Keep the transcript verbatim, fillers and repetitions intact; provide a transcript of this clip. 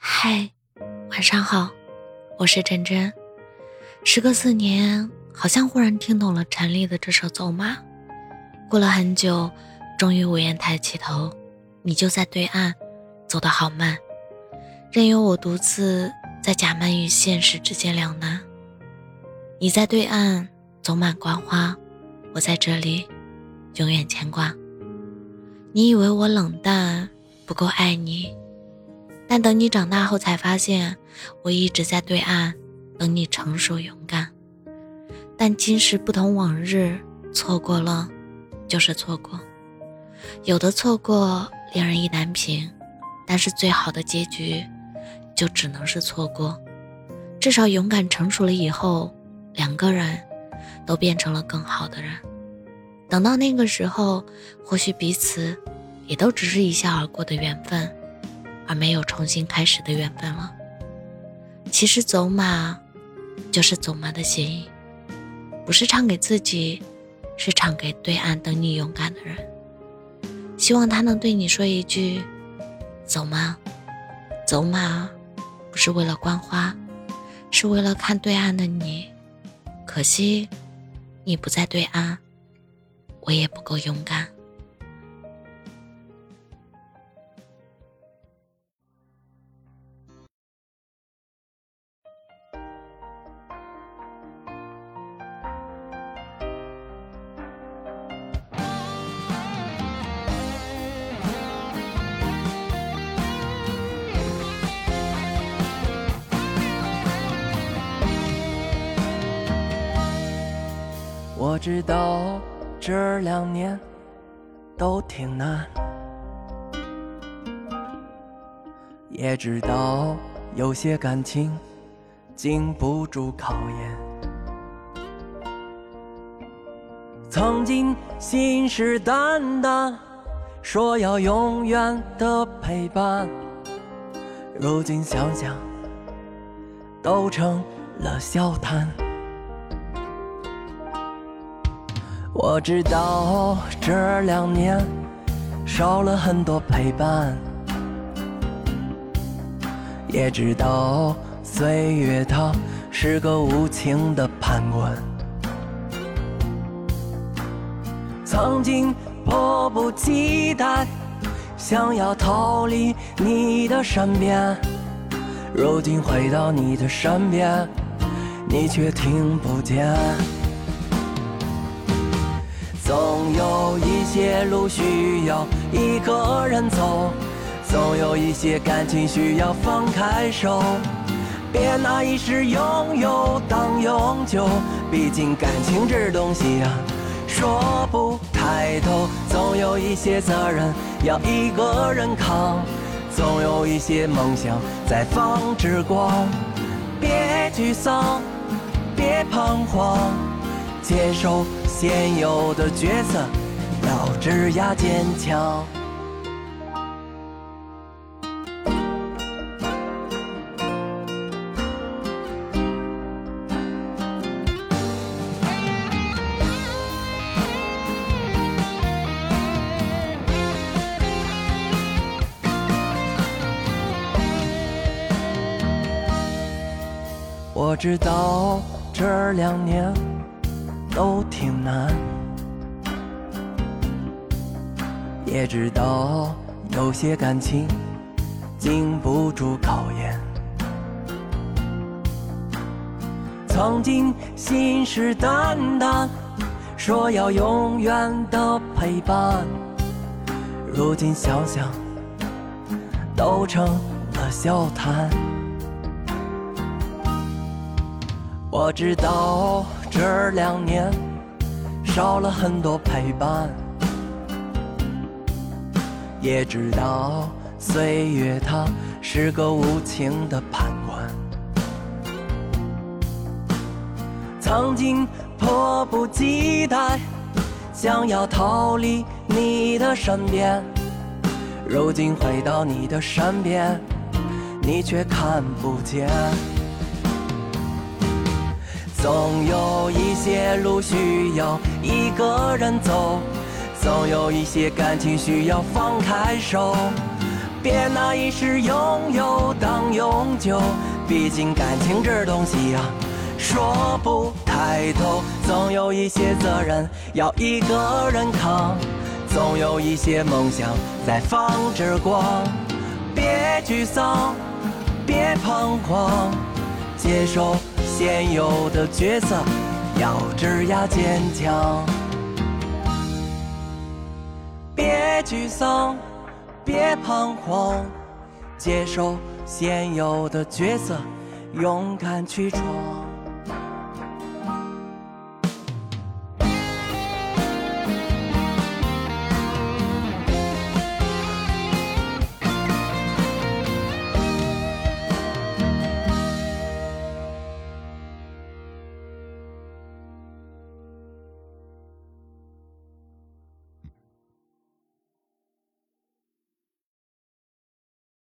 嗨，晚上好，我是真真。时隔四年，好像忽然听懂了陈粒的这首《走马》。过了很久，终于无言抬起头，你就在对岸，走得好慢，任由我独自在假寐与现实之间两难。你在对岸走马观花，我在这里永远牵挂。你以为我冷淡，不够爱你，但等你长大后才发现，我一直在对岸等你成熟勇敢。但今时不同往日，错过了就是错过。有的错过令人意难平，但是最好的结局就只能是错过。至少勇敢成熟了以后，两个人都变成了更好的人。等到那个时候，或许彼此也都只是一笑而过的缘分，而没有重新开始的缘分了。其实走马就是走马的谐音，不是唱给自己，是唱给对岸等你勇敢的人。希望他能对你说一句，走马，走马不是为了观花，是为了看对岸的你。可惜你不在对岸，我也不够勇敢。 我知道这两年都挺难，也知道有些感情经不住考验。曾经信誓旦旦说要永远的陪伴，如今想想都成了笑谈。我知道这两年少了很多陪伴，也知道岁月它是个无情的判官。曾经迫不及待想要逃离你的身边，如今回到你的身边，你却听不见。总有一些路需要一个人走，总有一些感情需要放开手，别拿一时拥有当永久，毕竟感情这东西啊，说不开头。总有一些责任要一个人扛，总有一些梦想在放之光，别沮丧，别彷徨，接受现有的角色，咬指甲坚强。我知道这两年都挺难，也知道有些感情经不住考验。曾经信誓旦旦说要永远的陪伴，如今想想都成了笑谈。我知道这两年少了很多陪伴，也知道岁月它是个无情的判官。曾经迫不及待想要逃离你的身边，如今回到你的身边，你却看不见。总有一些路需要一个人走，总有一些感情需要放开手， 别拿一时拥有当永久，毕竟感情这东西呀、啊，说不太透。总有一些责任要一个人扛，总有一些梦想在放着光。别沮丧，别彷徨，接受现有的角色，咬着牙坚强。别沮丧，别彷徨，接受现有的角色，勇敢去闯。